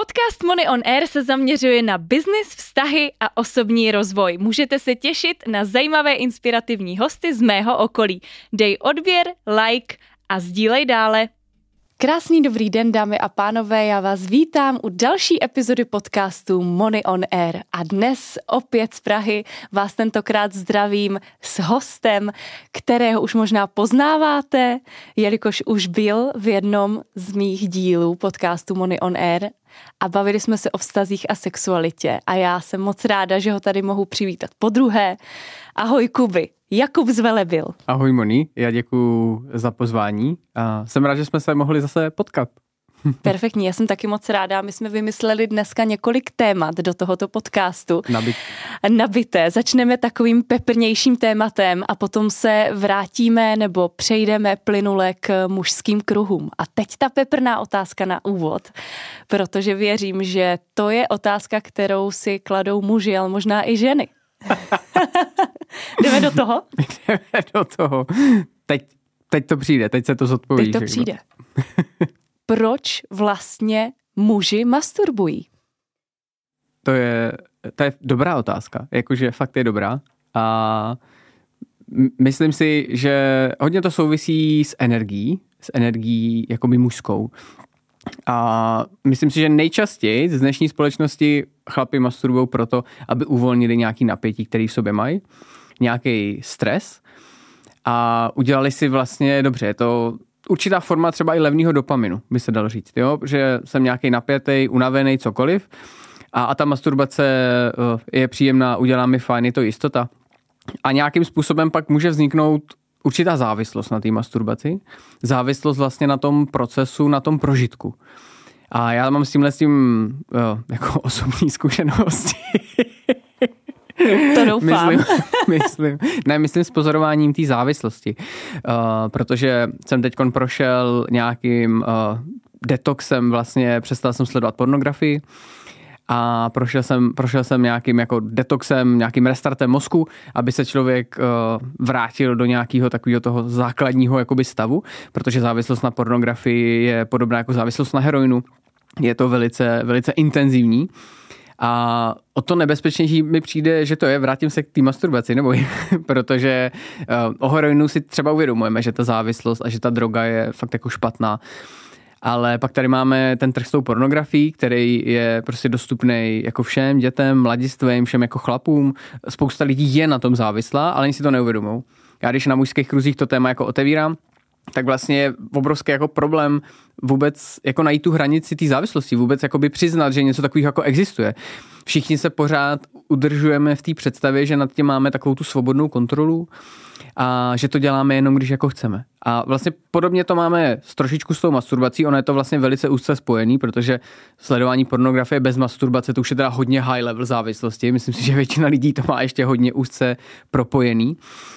Podcast Money on Air se zaměřuje na biznis, vztahy a osobní rozvoj. Můžete se těšit na zajímavé inspirativní hosty z mého okolí. Dej odběr, like a sdílej dále. Krásný dobrý den, dámy a pánové, já vás vítám u další epizody podcastu Money on Air. A dnes opět z Prahy vás tentokrát zdravím s hostem, kterého už možná poznáváte, jelikož už byl v jednom z mých dílů podcastu Money on Air a bavili jsme se o vztazích a sexualitě. A já jsem moc ráda, že ho tady mohu přivítat podruhé. Ahoj Kuby. Jakub z Velebil. Ahoj Moni, já děkuju za pozvání a jsem rád, že jsme se mohli zase potkat. Perfektní, já jsem taky moc ráda. My jsme vymysleli dneska několik témat do tohoto podcastu. Nabité. Začneme takovým peprnějším tématem a potom se vrátíme nebo přejdeme plynule k mužským kruhům. A teď ta peprná otázka na úvod, protože věřím, že to je otázka, kterou si kladou muži, ale možná i ženy. Jdeme do toho? Jdeme do toho. Teď to přijde, teď se to zodpoví. Teď to přijde. Proč vlastně muži masturbují? To je dobrá otázka. Jakože fakt je dobrá. A myslím si, že hodně to souvisí s energií jakoby mužskou. A myslím si, že nejčastěji z dnešní společnosti chlapi masturbují proto, aby uvolnili nějaký napětí, který v sobě mají, nějaký stres a udělali si vlastně, dobře, je to určitá forma třeba i levného dopaminu, by se dalo říct, jo? Že jsem nějaký napětej, unavený, cokoliv a ta masturbace je příjemná, udělá mi fajn, je to jistota. A nějakým způsobem pak může vzniknout určitá závislost na té masturbaci, závislost vlastně na tom procesu, na tom prožitku. A já mám s tímhle jako osobní zkušenosti. To doufám. Myslím s pozorováním té závislosti. Protože jsem teďkon prošel nějakým detoxem, vlastně přestal jsem sledovat pornografii a prošel jsem nějakým jako detoxem, nějakým restartem mozku, aby se člověk vrátil do nějakého takového toho základního jakoby stavu, protože závislost na pornografii je podobná jako závislost na heroinu. Je to velice, velice intenzivní. A o to nebezpečnější mi přijde, že to je, vrátím se k té masturbaci, protože o heroinu si třeba uvědomujeme, že ta závislost a že ta droga je fakt jako špatná. Ale pak tady máme ten trh s tou pornografií, který je prostě dostupný jako všem dětem, mladistvým, všem jako chlapům. Spousta lidí je na tom závislá, ale oni si to neuvědomou. Já když na mužských kruzích to téma jako otevírám, tak vlastně je obrovský jako problém vůbec jako najít tu hranici té závislosti, vůbec jakoby přiznat, že něco takového jako existuje. Všichni se pořád udržujeme v té představě, že nad tím máme takovou tu svobodnou kontrolu a že to děláme jenom, když jako chceme. A vlastně podobně to máme trošičku s tou masturbací, ono je to vlastně velice úzce spojený, protože sledování pornografie bez masturbace, to už je teda hodně high level závislosti, myslím si, že většina lidí to má ještě hodně úzce propojený.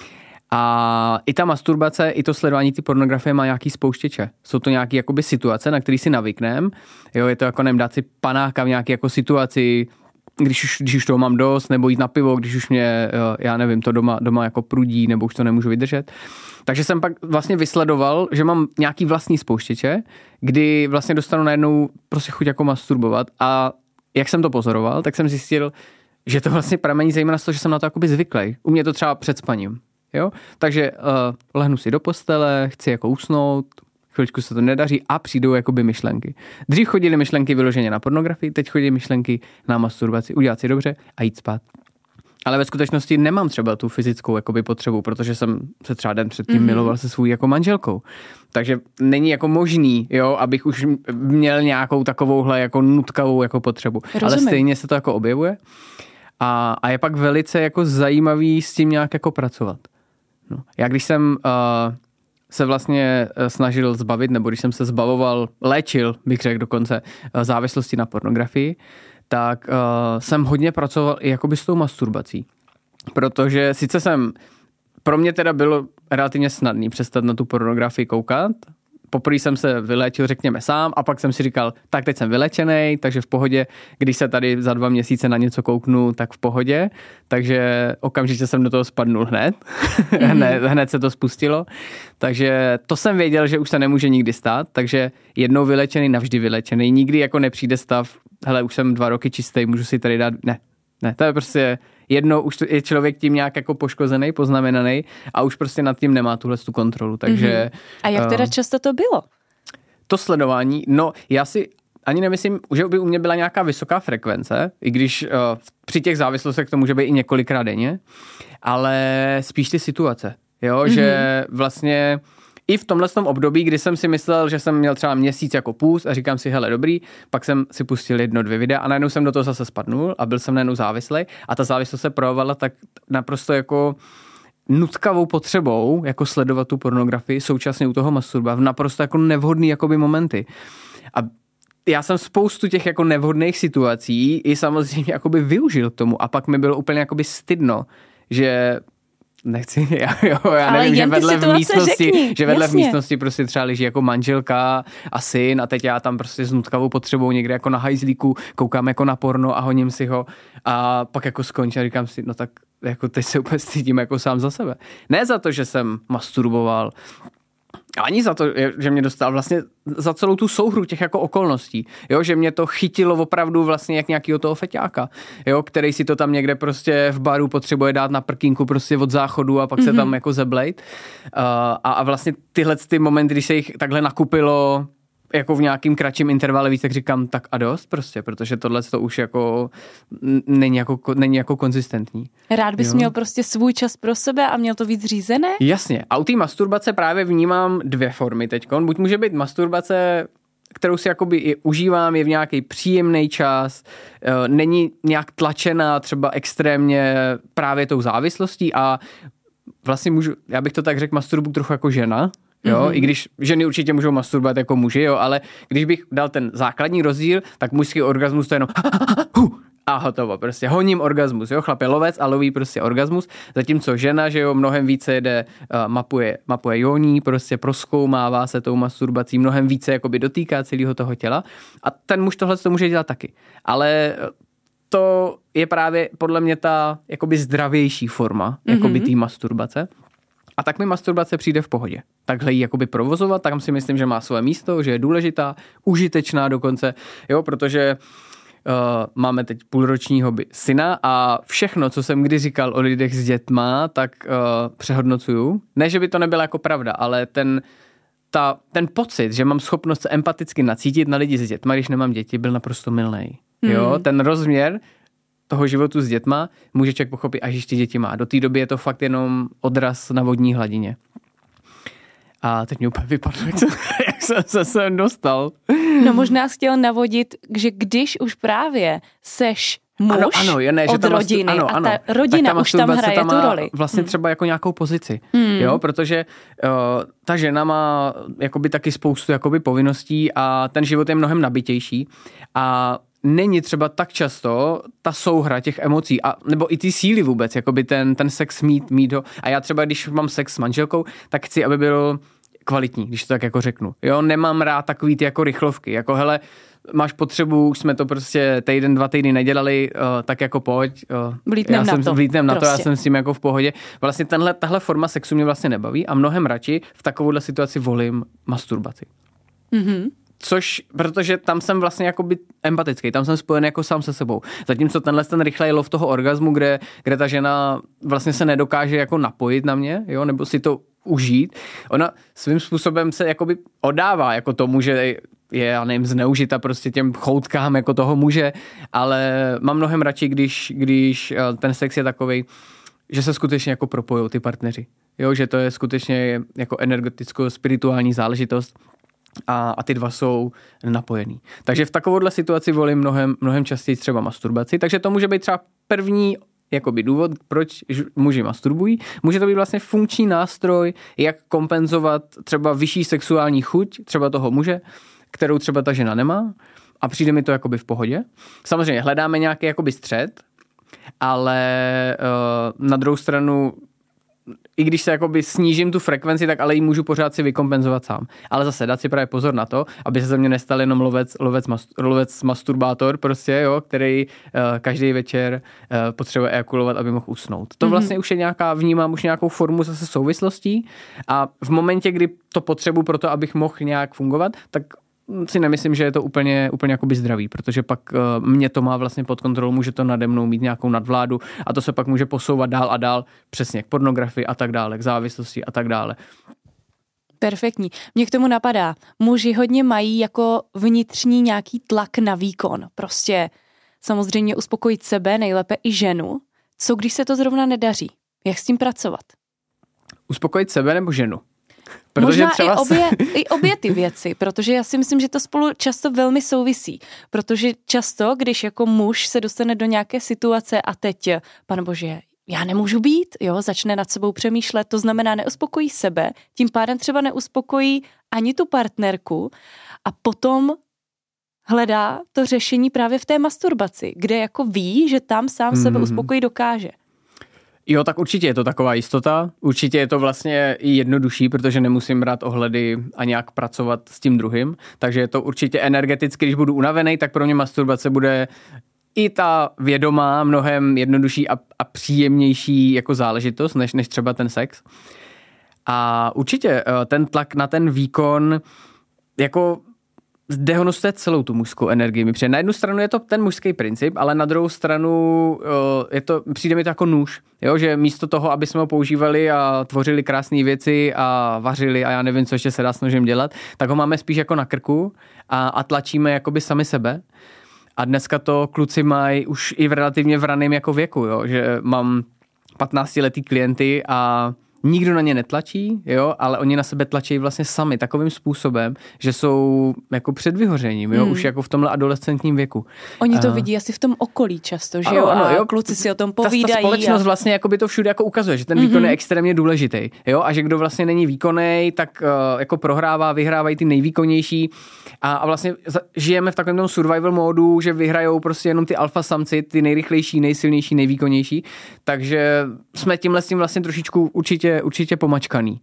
A i ta masturbace, i to sledování ty pornografie má nějaký spouštěče. Jsou to nějaké jakoby situace, na které si navykneme. Jo, je to jako dát si panáka v nějaké jako situaci, když už toho mám dost, nebo jít na pivo, když už mě, já nevím, to doma jako prudí, nebo už to nemůžu vydržet. Takže jsem pak vlastně vysledoval, že mám nějaký vlastní spouštěče, kdy vlastně dostanu najednou prostě chuť jako masturbovat. A jak jsem to pozoroval, tak jsem zjistil, že to vlastně pramení zejména z toho, že jsem na to jakoby zvyklý. U mě to třeba před spaním. Jo? Takže lehnu si do postele, chci jako usnout, chvíličku se to nedaří a přijdou jakoby myšlenky. Dřív chodily myšlenky vyloženě na pornografii, teď chodí myšlenky na masturbaci, udělat si dobře a jít spát. Ale ve skutečnosti nemám třeba tu fyzickou jakoby potřebu, protože jsem se třeba den předtím miloval se svou jako manželkou. Takže není jako možný, jo, abych už měl nějakou takovouhle jako nutkavou jako potřebu. Rozumím. Ale stejně se to jako objevuje a je pak velice jako zajímavý s tím nějak jako pracovat. No. Já když jsem se vlastně snažil zbavit, nebo když jsem se léčil, bych řekl dokonce, závislosti na pornografii, tak jsem hodně pracoval i jakoby s tou masturbací. Protože pro mě teda bylo relativně snadný přestat na tu pornografii koukat. Poprvé jsem se vyléčil, řekněme, sám a pak jsem si říkal, tak teď jsem vylečenej, takže v pohodě, když se tady za 2 měsíce na něco kouknu, tak v pohodě. Takže okamžitě jsem do toho spadnul hned. Hned se to spustilo. Takže to jsem věděl, že už se nemůže nikdy stát, takže jednou vylečený, navždy vylečený. Nikdy jako nepřijde stav, hele, už jsem 2 roky čistý, můžu si tady dát, ne, to je prostě jednou, už je člověk tím nějak jako poškozený, poznamenaný a už prostě nad tím nemá tu kontrolu, takže... A jak teda často to bylo? To sledování, no já si ani nemyslím, že by u mě byla nějaká vysoká frekvence, i když při těch závislostech to může být i několikrát denně, ale spíš ty situace, jo, že vlastně i v tomhle období, kdy jsem si myslel, že jsem měl třeba měsíc jako půst a říkám si, hele, dobrý, pak jsem si pustil 1-2 videa a najednou jsem do toho zase spadnul a byl jsem najednou závislý a ta závislost se projevovala tak naprosto jako nutkavou potřebou, jako sledovat tu pornografii současně u toho masturba v naprosto jako nevhodný jakoby momenty. A já jsem spoustu těch jako nevhodných situací i samozřejmě jakoby využil k tomu a pak mi bylo úplně jakoby stydno, že nechci, já nevím, že vedle v místnosti prostě třeba leží jako manželka a syn a teď já tam prostě s nutkavou potřebou někde jako na hajzlíku koukám jako na porno a honím si ho a pak jako skončím a říkám si, no tak jako teď se úplně stydím jako sám za sebe. Ne za to, že jsem masturboval, ani za to, že mě dostal vlastně za celou tu souhru těch jako okolností, jo, že mě to chytilo opravdu vlastně jak nějakýho toho feťáka, jo, který si to tam někde prostě v baru potřebuje dát na prkínku prostě od záchodu a pak se tam jako zeblejt. A vlastně tyhle ty momenty, když se jich takhle nakupilo jako v nějakým kratším intervale víc, tak říkám tak a dost prostě, protože tohle to už jako není jako konzistentní. Rád bys měl prostě svůj čas pro sebe a měl to víc řízené? Jasně. A u té masturbace právě vnímám 2 formy teďkon. Buď může být masturbace, kterou si jakoby i užívám, je v nějaký příjemný čas, není nějak tlačená třeba extrémně právě tou závislostí a vlastně já bych to tak řekl, masturbuju trochu jako žena, jo, i když ženy určitě můžou masturbovat jako muži, jo, ale když bych dal ten základní rozdíl, tak mužský orgasmus to je jenom a hotovo, prostě honím orgasmus, jo, chlap je lovec a loví prostě orgasmus, zatímco žena, že jo, mnohem více jede, mapuje jóní, prostě prozkoumává se tou masturbací, mnohem více jakoby dotýká celého toho těla a ten muž tohle to může dělat taky, ale to je právě podle mě ta jakoby zdravější forma jakoby té masturbace. A tak mi masturbace přijde v pohodě. Takhle ji jakoby provozovat, tak si myslím, že má své místo, že je důležitá, užitečná dokonce, jo, protože máme teď půlročního syna a všechno, co jsem kdy říkal o lidech s dětma, tak přehodnocuju. Ne, že by to nebyla jako pravda, ale ten pocit, že mám schopnost se empaticky nacítit na lidi s dětma, když nemám děti, byl naprosto mylnej. Jo, ten rozměr toho životu s dětma může člověk pochopit, až ještě děti má. Do té doby je to fakt jenom odraz na vodní hladině. A teď mě úplně vypadlo, jak jsem se sem dostal. No možná jsi chtěl navodit, že když už právě seš muž od rodiny a ta rodina už tam hraje tu roli. Vlastně třeba jako nějakou pozici, jo, protože ta žena má jakoby taky spoustu jakoby povinností a ten život je mnohem nabitější a není třeba tak často ta souhra těch emocí, nebo i ty síly vůbec, jakoby ten sex mít ho. A já třeba, když mám sex s manželkou, tak chci, aby byl kvalitní, když to tak jako řeknu. Jo, nemám rád takový ty jako rychlovky, jako hele, máš potřebu, už jsme to prostě 2 týdny nedělali, tak jako pojď. Vlítnem na to, já jsem s tím jako v pohodě. Vlastně tahle forma sexu mě vlastně nebaví a mnohem radši v takovouhle situaci volím masturbaci. Protože tam jsem vlastně jakoby empatický, tam jsem spojený jako sám se sebou. Zatímco ten rychlej lov toho orgazmu, kde ta žena vlastně se nedokáže jako napojit na mě, jo, nebo si to užít, ona svým způsobem se jakoby oddává jako tomu, že je, já nevím, zneužita prostě těm choutkám jako toho muže, ale mám mnohem radši, když ten sex je takovej, že se skutečně jako propojou ty partneři. Jo, že to je skutečně jako energeticko-spirituální záležitost. A ty dva jsou napojený. Takže v takovouhle situaci volím mnohem častěji třeba masturbaci, takže to může být třeba první jakoby důvod, proč muži masturbují. Může to být vlastně funkční nástroj, jak kompenzovat třeba vyšší sexuální chuť třeba toho muže, kterou třeba ta žena nemá a přijde mi to jakoby v pohodě. Samozřejmě hledáme nějaký jakoby střed, ale na druhou stranu i když se jakoby snížím tu frekvenci, tak ale ji můžu pořád si vykompenzovat sám. Ale zase dát si právě pozor na to, aby se ze mě nestal jenom lovec masturbátor, prostě, jo, který každý večer potřebuje ejakulovat, aby mohl usnout. To vlastně už je vnímám už nějakou formu zase souvislostí a v momentě, kdy to potřebuji pro to, abych mohl nějak fungovat, tak si nemyslím, že je to úplně jakoby zdravý, protože pak mě to má vlastně pod kontrolou, může to nade mnou mít nějakou nadvládu a to se pak může posouvat dál a dál přesně k pornografii a tak dále, k závislosti a tak dále. Perfektní. Mě k tomu napadá, muži hodně mají jako vnitřní nějaký tlak na výkon. Prostě samozřejmě uspokojit sebe, nejlépe i ženu. Co když se to zrovna nedaří? Jak s tím pracovat? Uspokojit sebe nebo ženu? Protože možná třeba i obě ty věci, protože já si myslím, že to spolu často velmi souvisí. Protože často, když jako muž se dostane do nějaké situace a teď, panebože, já nemůžu být, jo, začne nad sebou přemýšlet, to znamená neuspokojí sebe, tím pádem třeba neuspokojí ani tu partnerku a potom hledá to řešení právě v té masturbaci, kde jako ví, že tam sám sebe uspokojit dokáže. Jo, tak určitě je to taková jistota, určitě je to vlastně i jednodušší, protože nemusím brát ohledy a nějak pracovat s tím druhým, takže je to určitě energeticky, když budu unavený, tak pro mě masturbace bude i ta vědomá, mnohem jednodušší a příjemnější jako záležitost, než třeba ten sex. A určitě ten tlak na ten výkon jako dehonostuje celou tu mužskou energii. Na jednu stranu je to ten mužský princip, ale na druhou stranu přijde mi to jako nůž, jo? Že místo toho, aby jsme ho používali a tvořili krásné věci a vařili a já nevím, co ještě se dá s nožem dělat, tak ho máme spíš jako na krku a tlačíme jakoby sami sebe. A dneska to kluci mají už i relativně v raném jako věku, jo? Že mám 15letý klienty a nikdo na ně netlačí, jo, ale oni na sebe tlačí vlastně sami takovým způsobem, že jsou jako před vyhořením, jo, už jako v tomhle adolescentním věku. Oni to vidí asi v tom okolí často, že jo, a jo, kluci si o tom povídají. Ta společnost vlastně jako by to všude jako ukazuje, že ten výkon je extrémně důležitý, jo, a že kdo vlastně není výkonnej, tak jako prohrává, vyhrávají ty nejvýkonnější a vlastně žijeme v takovém tom survival módu, že vyhrajou prostě jenom ty alfa samci, ty nejrychlejší, nejsilnější, nejvýkonnější, takže jsme tímhle s tím vlastně trošičku určitě pomačkaný.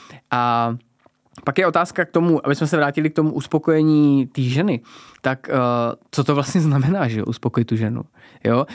A pak je otázka k tomu, aby jsme se vrátili k tomu uspokojení té ženy, tak co to vlastně znamená, že uspokojit tu ženu, jo?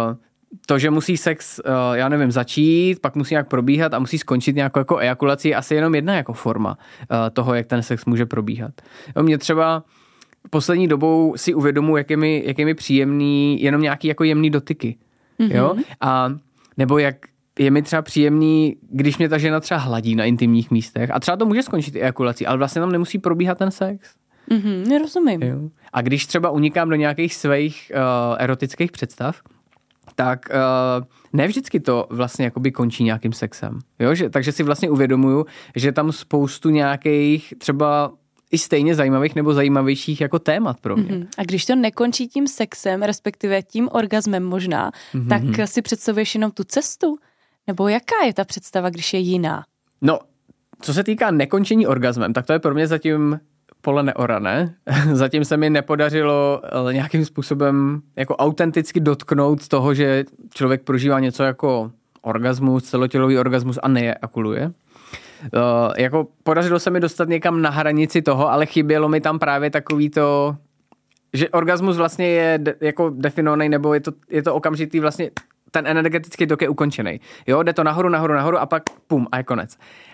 To, že musí sex, já nevím, začít, pak musí nějak probíhat a musí skončit nějakou jako ejakulací, asi jenom jedna jako forma toho, jak ten sex může probíhat. Jo, mě třeba poslední dobou si uvědomuji, jak je mi příjemný jenom nějaký jako jemný dotyky, jo? A nebo jak je mi třeba příjemný, když mě ta žena třeba hladí na intimních místech a třeba to může skončit ejakulací, ale vlastně tam nemusí probíhat ten sex. Nerozumím. Jo. A když třeba unikám do nějakých svých erotických představ, tak ne vždycky to vlastně jakoby končí nějakým sexem. Jo? Takže si vlastně uvědomuju, že tam spoustu nějakých třeba i stejně zajímavých nebo zajímavějších jako témat pro mě. A když to nekončí tím sexem, respektive tím orgasmem možná, tak si představuješ jenom tu cestu? Nebo jaká je ta představa, když je jiná? No, co se týká nekončení orgasmem, tak to je pro mě zatím pole neorané. Zatím se mi nepodařilo nějakým způsobem jako autenticky dotknout toho, že člověk prožívá něco jako orgasmus, celotělový orgasmus a neejakuluje. Jako podařilo se mi dostat někam na hranici toho, ale chybělo mi tam právě takový to, že orgasmus vlastně je jako definovaný, nebo je to okamžitý vlastně ten energetický tok je ukončený. Jo, jde to nahoru a pak pum a je konec.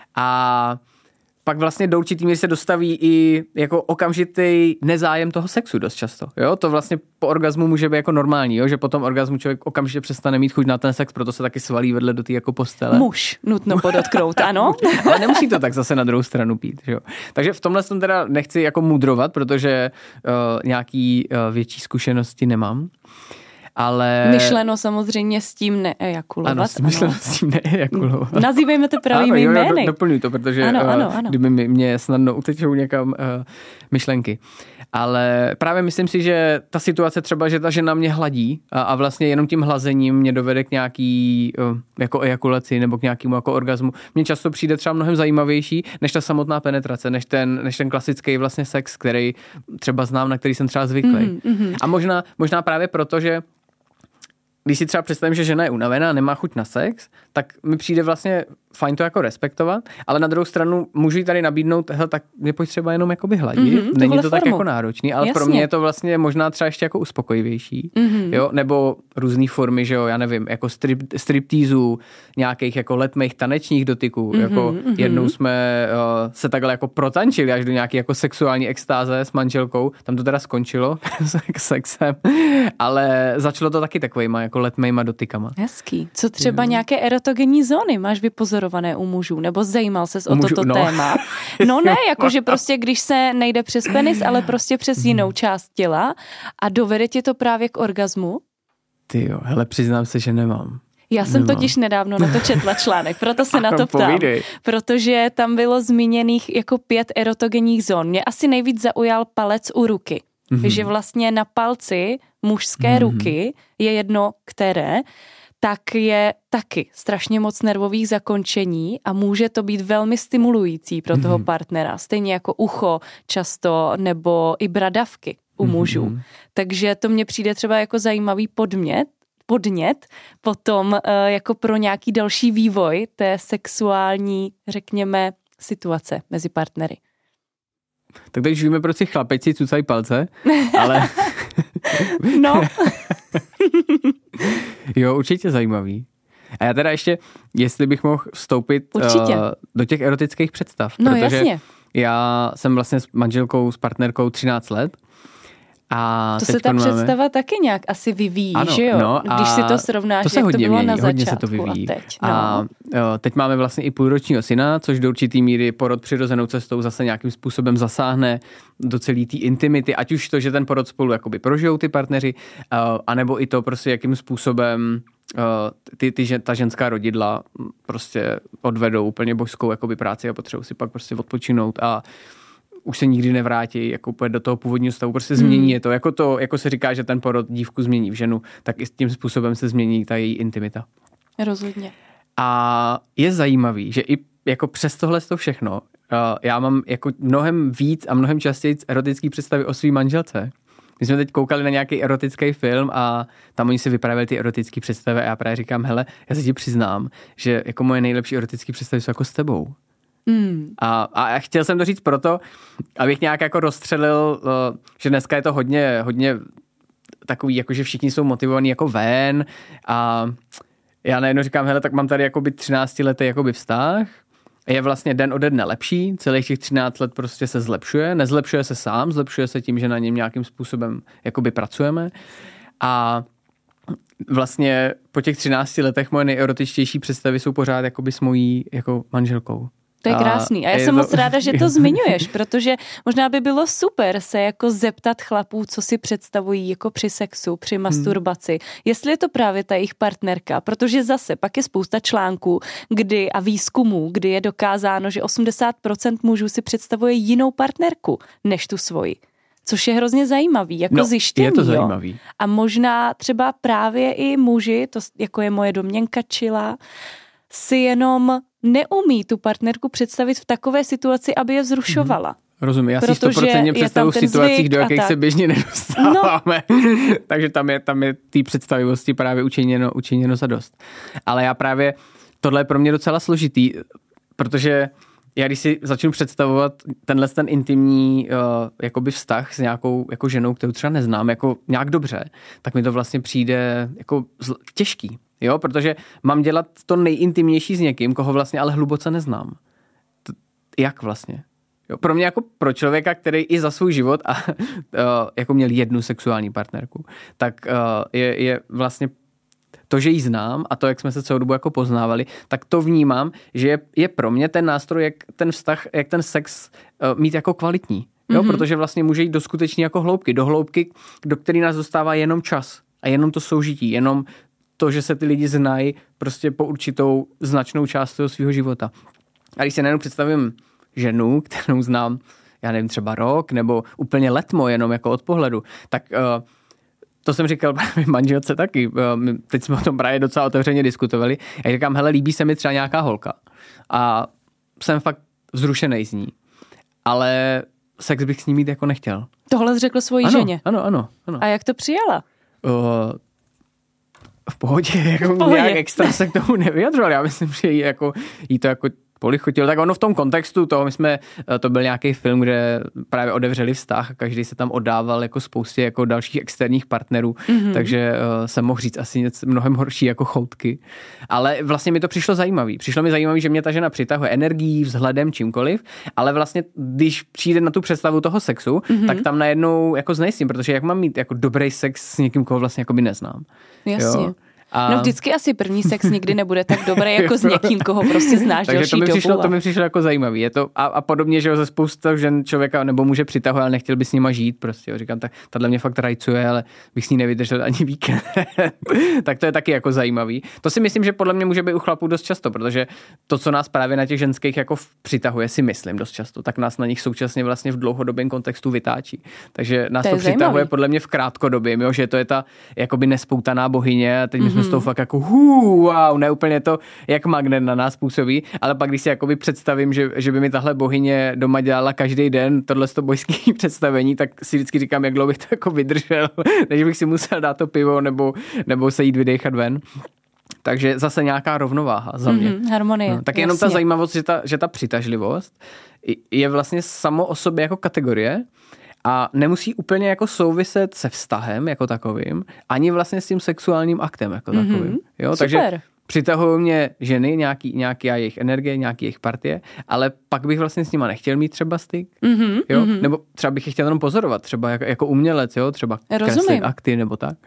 A pak vlastně do určitý míry se dostaví i jako okamžitý nezájem toho sexu dost často. Jo, to vlastně po orgasmu může být jako normální, jo, že po tom orgasmu člověk okamžitě přestane mít chuť na ten sex, proto se taky svalí vedle do té jako postele. Muž, nutno podotknout, ano. Ale nemusí to tak zase na druhou stranu pít, jo. Takže v tomhle jsem teda nechci jako mudrovat, protože nějaký větší zkušenosti nemám. Ale... Myšleno samozřejmě s tím neejakulovat. Ano, myšleno s tím neejakulovat. Nazývejme to pravými jmény. Doplňuji to, protože ano. kdyby mě snadno utečou někam myšlenky. Ale právě myslím si, že ta situace třeba, že ta žena mě hladí a vlastně jenom tím hlazením mě dovede k nějaký jako ejakulaci nebo k nějakému jako orgasmu. Mně často přijde třeba mnohem zajímavější, než ta samotná penetrace, než ten klasický vlastně sex, který třeba znám, na který jsem třeba zvyklý. A možná právě proto, že když si třeba představím, že žena je unavená, nemá chuť na sex, tak mi přijde vlastně fajn to jako respektovat, ale na druhou stranu můžu jí tady nabídnout, hele, tak mě pojď třeba jenom jakoby hladit, není to tak jako náročný, ale pro mě je to vlastně možná třeba ještě jako uspokojivější, jo, nebo různý formy, že jo, já nevím, jako striptýzů, nějakých jako letmých tanečních dotyků, jako jednou jsme se takhle jako protančili až do nějaké jako sexuální extáze s manželkou, tam to teda skončilo sexem, ale začalo to taky takovejma jako letmejma dotykama. Hezký. Co třeba nějaké erotogenní zóny máš vypozorované u mužů, nebo zajímal ses o toto téma? No ne, jakože prostě když se nejde přes penis, ale prostě přes jinou část těla a dovede tě to právě k orgazmu? Tyjo, hele, přiznám se, že nemám. Já jsem totiž nedávno na to četla článek, proto se na to ptám. Povídej. Protože tam bylo zmíněných jako 5 erotogenních zón. Mě asi nejvíc zaujal palec u ruky. Že vlastně na palci mužské ruky je jedno které, tak je taky strašně moc nervových zakončení a může to být velmi stimulující pro toho partnera. Stejně jako ucho často nebo i bradavky u mužů. Takže to mně přijde třeba jako zajímavý podnět potom jako pro nějaký další vývoj té sexuální, řekněme, situace mezi partnery. Tak teď žijeme, proč si chlapeci cucají palce, ale... No. Jo, určitě zajímavý. A já teda ještě, jestli bych mohl vstoupit do těch erotických představ. No protože jasně. Já jsem vlastně s manželkou, s partnerkou 13 let. A to se ta představa taky nějak asi vyvíjí, ano, že jo? No, když si to srovnáš, to jak to bylo mění, na začátku hodně se to vyvíjí. A teď máme vlastně i půlročního syna, což do určitý míry porod přirozenou cestou zase nějakým způsobem zasáhne do celé té intimity, ať už to, že ten porod spolu jakoby prožijou ty partneři, anebo i to prostě, jakým způsobem ta ženská rodidla prostě odvedou úplně božskou jakoby práci a potřebují si pak prostě odpočinout a už se nikdy nevrátí jako do toho původního stavu, prostě změní je to. Jako se říká, že ten porod dívku změní v ženu, tak i s tím způsobem se změní ta její intimita. Rozhodně. A je zajímavý, že i jako přes tohle to všechno, já mám jako mnohem víc a mnohem častěji erotický představy o svý manželce. My jsme teď koukali na nějaký erotický film a tam oni si vyprávěli ty erotické představy a já právě říkám, hele, já se ti přiznám, že jako moje nejlepší erotické představy jsou jako s tebou. A chtěl jsem to říct proto, abych nějak jako rozstřelil, že dneska je to hodně takový, jako že všichni jsou motivovaní jako ven a já najednou říkám, hele, tak mám tady jakoby 13 letý jakoby vztah, je vlastně den ode dne lepší, celých těch 13 let prostě se zlepšuje, nezlepšuje se sám, zlepšuje se tím, že na něm nějakým způsobem jakoby pracujeme a vlastně po těch 13 letech moje nejerotičtější představy jsou pořád jakoby s mojí jako manželkou. To je krásný. A já jsem moc ráda, že to zmiňuješ, protože možná by bylo super se jako zeptat chlapů, co si představují jako při sexu, při masturbaci. Jestli je to právě ta jejich partnerka, protože zase pak je spousta článků a výzkumů, kdy je dokázáno, že 80% mužů si představuje jinou partnerku než tu svoji. Což je hrozně zajímavý, jako zjištění. Je to zajímavý. Jo. A možná třeba právě i muži, to jako je moje domněnka Čila, si jenom neumí tu partnerku představit v takové situaci, aby je vzrušovala. Rozumím, já si 100% představu v situacích, do jakých se běžně nedostáváme. No. Takže tam je té představivosti právě učiněno za dost. Ale já právě, tohle je pro mě docela složitý, protože já když si začnu představovat ten intimní jakoby vztah s nějakou jako ženou, kterou třeba neznám, jako nějak dobře, tak mi to vlastně přijde jako těžký. Jo, protože mám dělat to nejintimnější s někým, koho vlastně ale hluboce neznám. Jak vlastně? Jo, pro mě jako pro člověka, který i za svůj život a jako měl jednu sexuální partnerku, tak je vlastně to, že ji znám a to, jak jsme se celou dobu jako poznávali, tak to vnímám, že je pro mě ten nástroj, jak ten vztah, jak ten sex mít jako kvalitní. Jo, protože vlastně může jít do skutečně jako hloubky, do hloubky, do který nás dostává jenom čas a jenom to soužití, jenom to, že se ty lidi znají prostě po určitou značnou část toho svého života. A když se najednou představím ženu, kterou znám, já nevím, třeba rok, nebo úplně letmo, jenom jako od pohledu, tak to jsem říkal právě manželce taky. Teď jsme o tom právě docela otevřeně diskutovali. Já říkám, hele, líbí se mi třeba nějaká holka. A jsem fakt vzrušenej z ní. Ale sex bych s ní mít jako nechtěl. Tohle jsi řekl svojí ženě? Ano. A jak to přijala? v pohodě, jako nějak extra se k tomu nevyjadřoval. Já myslím, že jí to jako polichotilo. Tak ono v tom kontextu toho, to byl nějaký film, kde právě otevřeli vztah a každý se tam oddával jako spoustě jako dalších externích partnerů, takže jsem mohl říct asi něco mnohem horší jako choutky. Ale vlastně mi to přišlo zajímavý. Přišlo mi zajímavý, že mě ta žena přitahuje energií, vzhledem, čímkoliv, ale vlastně, když přijde na tu představu toho sexu, tak tam najednou jako znejistím, protože jak mám mít jako dobrý sex s někým, koho vlastně jako by neznám. Jasně. Jo? No vždycky asi první sex nikdy nebude tak dobrý jako s někým, koho prostě znáš delší dobu. To mi přišlo jako zajímavý. Je to a podobně, že ze spousta žen člověka nebo muže přitahuje, ale nechtěl by s nima žít prostě. Jo. Říkám, tak tahle mě fakt rajcuje, ale bych s ní nevydržel ani víkend. Tak to je taky jako zajímavý. To si myslím, že podle mě může být u chlapů dost často, protože to, co nás právě na těch ženských jako přitahuje, si myslím dost často, tak nás na nich současně vlastně v dlouhodobém kontextu vytáčí. Takže nás to přitahuje podle mě v krátkodobě, jo, že to je ta jakoby nespoutaná bohyně a teď jsme s tou fakt jako wow, ne úplně to, jak magnet na nás působí, ale pak když si jakoby představím, že by mi tahle bohyně doma dělala každý den tohle bojský představení, tak si vždycky říkám, jak dlouho bych to jako vydržel, než bych si musel dát to pivo nebo se jít vydechat ven. Takže zase nějaká rovnováha za mě. Harmonie. No, tak jenom ta zajímavost, že ta přitažlivost je vlastně samo o sobě jako kategorie, a nemusí úplně jako souviset se vztahem jako takovým, ani vlastně s tím sexuálním aktem jako takovým. Jo? Takže přitahují mě ženy, nějaký jejich energie, nějaký jejich partie, ale pak bych vlastně s nima nechtěl mít třeba styk. Jo? Nebo třeba bych je chtěl jenom pozorovat, třeba jako umělec, jo? Třeba kreslit akty nebo tak.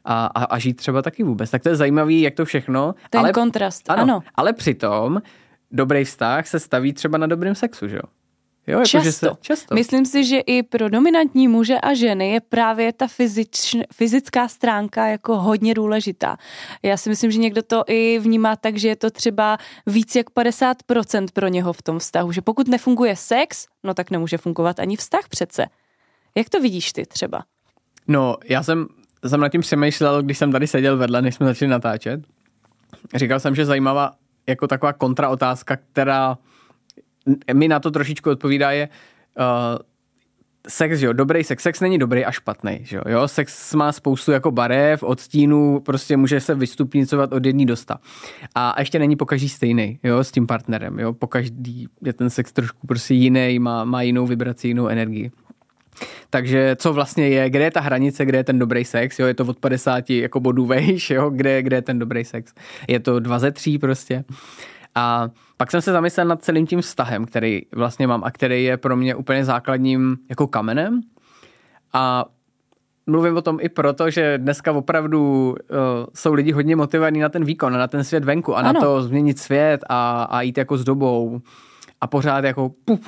A žít třeba taky vůbec. Tak to je zajímavý, jak to všechno. Ten kontrast, ano. Ale přitom dobrý vztah se staví třeba na dobrým sexu, že jo? Jo, jako často. Myslím si, že i pro dominantní muže a ženy je právě ta fyzická stránka jako hodně důležitá. Já si myslím, že někdo to i vnímá tak, že je to třeba víc jak 50% pro něho v tom vztahu, že pokud nefunguje sex, no tak nemůže fungovat ani vztah přece. Jak to vidíš ty třeba? No, já jsem nad tím přemýšlel, když jsem tady seděl vedle, než jsme začali natáčet. Říkal jsem, že zajímavá jako taková kontraotázka, která mi na to trošičku odpovídá je sex, jo, dobrý sex. Sex není dobrý a špatný, jo. Sex má spoustu jako barev, odstínů, prostě může se vystupnicovat od 1 do 100. A ještě není pokaždý stejný, jo, s tím partnerem, jo. Pokaždý je ten sex trošku prostě jiný, má jinou vibraci, jinou energii. Takže co vlastně je, kde je ta hranice, kde je ten dobrý sex, jo, je to od 50 jako bodů vejš, jo, kde je ten dobrý sex. Je to 2 ze 3 prostě. A pak jsem se zamyslel nad celým tím vztahem, který vlastně mám a který je pro mě úplně základním jako kamenem. A mluvím o tom i proto, že dneska opravdu jsou lidi hodně motivovaní na ten výkon, na ten svět venku a na to změnit svět a jít jako s dobou a pořád jako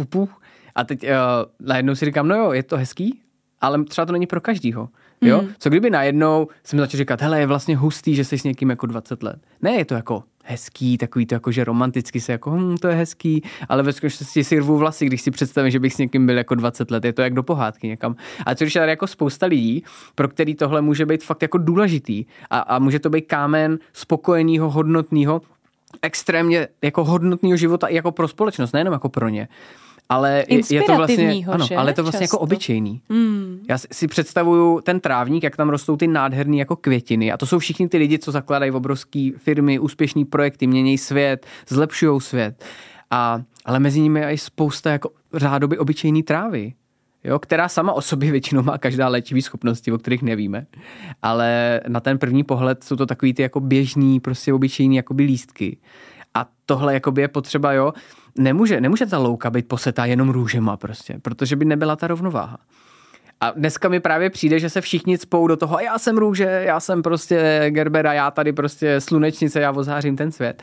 A teď najednou si říkám, no jo, je to hezký, ale třeba to není pro každýho. Jo? Co kdyby najednou jsem začal říkat, hele, je vlastně hustý, že jsi s někým jako 20 let. Ne, je to jako hezký, takový to jako, že romanticky se jako, to je hezký, ale ve skutečnosti si rvu vlasy, když si představím, že bych s někým byl jako 20 let. Je to jak do pohádky někam. A co když je tady jako spousta lidí, pro který tohle může být fakt jako důležitý a může to být kámen spokojenýho, hodnotného, extrémně jako hodnotného života i jako pro společnost, nejenom jako pro ně. Ale je to vlastně, ano, ale je to vlastně jako obyčejný. Já si představuju ten trávník, jak tam rostou ty nádherný jako květiny a to jsou všichni ty lidi, co zakládají obrovský firmy, úspěšný projekty, mění svět, zlepšují svět. Ale mezi nimi je i spousta jako řádoby obyčejný trávy, jo, která sama o sobě většinou má každá léčivý schopnosti, o kterých nevíme. Ale na ten první pohled jsou to takový ty jako běžný, prostě obyčejný jakoby lístky. A tohle jakoby je potřeba, jo, Nemůže ta louka být posetá jenom růžema prostě, protože by nebyla ta rovnováha. A dneska mi právě přijde, že se všichni cpou do toho, já jsem růže, já jsem prostě Gerbera, já tady prostě slunečnice, já ozářím ten svět.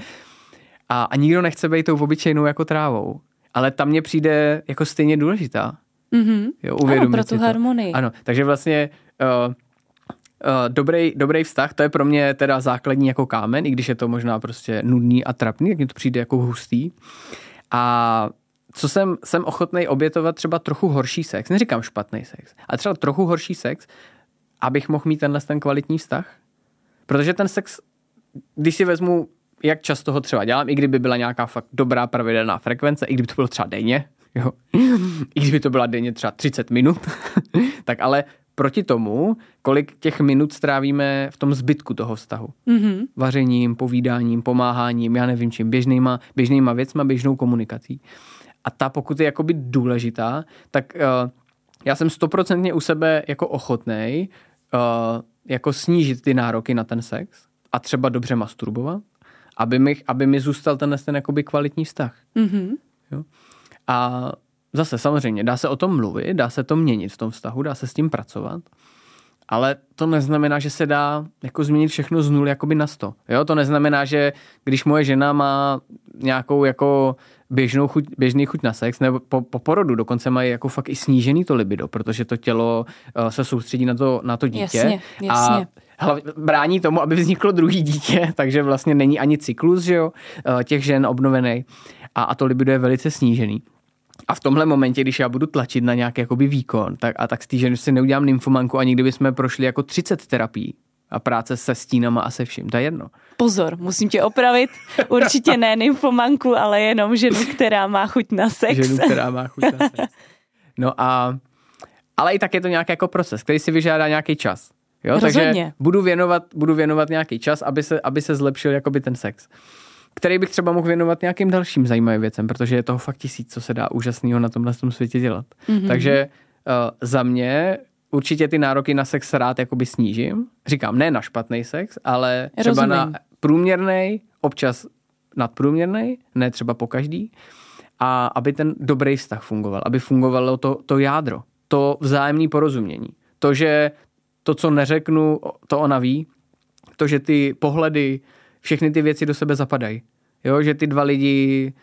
A nikdo nechce být tou obyčejnou jako trávou. Ale ta mně přijde jako stejně důležitá. Jo, ano, pro tu harmonii. Ano, takže vlastně dobrý vztah, to je pro mě teda základní jako kámen, i když je to možná prostě nudný a trapný, tak mi to přijde jako hustý. A co jsem ochotnej obětovat třeba trochu horší sex, neříkám špatný sex, ale třeba trochu horší sex, abych mohl mít ten kvalitní vztah. Protože ten sex, když si vezmu, jak často ho třeba dělám, i kdyby byla nějaká fakt dobrá pravidelná frekvence, i kdyby to bylo třeba denně, jo, i kdyby to byla denně třeba 30 minut, tak ale proti tomu, kolik těch minut strávíme v tom zbytku toho vztahu. Vařením, povídáním, pomáháním, já nevím čím, běžnýma věcma, běžnou komunikací. A ta, pokud je jakoby důležitá, tak já jsem 100% u sebe jako ochotnej jako snížit ty nároky na ten sex a třeba dobře masturbovat, aby mi zůstal ten jakoby kvalitní vztah. Jo? A zase samozřejmě dá se o tom mluvit, dá se to měnit v tom vztahu, dá se s tím pracovat, ale to neznamená, že se dá jako změnit všechno z 0 jakoby na 100. Jo? To neznamená, že když moje žena má nějakou jako běžný chuť na sex, nebo po porodu dokonce mají jako fakt i snížený to libido, protože to tělo se soustředí na to dítě. Jasně. A brání tomu, aby vzniklo druhý dítě, takže vlastně není ani cyklus, že jo, těch žen obnovený a to libido je velice snížený. A v tomhle momentě, když já budu tlačit na nějaký jakoby výkon, tak z té ženy si neudělám nymfomanku, ani kdyby jsme prošli jako 30 terapií a práce se stínama a se vším, to je jedno. Pozor, musím tě opravit, určitě ne nymfomanku, ale jenom ženu, která má chuť na sex. Ženu, která má chuť na sex. No ale i tak je to nějaký jako proces, který si vyžádá nějaký čas. Jo? Takže budu věnovat nějaký čas, aby se zlepšil jakoby ten sex, který bych třeba mohl věnovat nějakým dalším zajímavým věcem, protože je toho fakt 1000, co se dá úžasného na tomhle světě dělat. Takže za mě určitě ty nároky na sex rád jakoby snížím. Říkám, ne na špatný sex, ale třeba na průměrný, občas nadprůměrný, ne třeba po každý. A aby ten dobrý vztah fungoval, aby fungovalo to jádro, to vzájemné porozumění. To, že to, co neřeknu, to ona ví, to, že ty pohledy, všechny ty věci do sebe zapadají. Jo, že ty dva lidi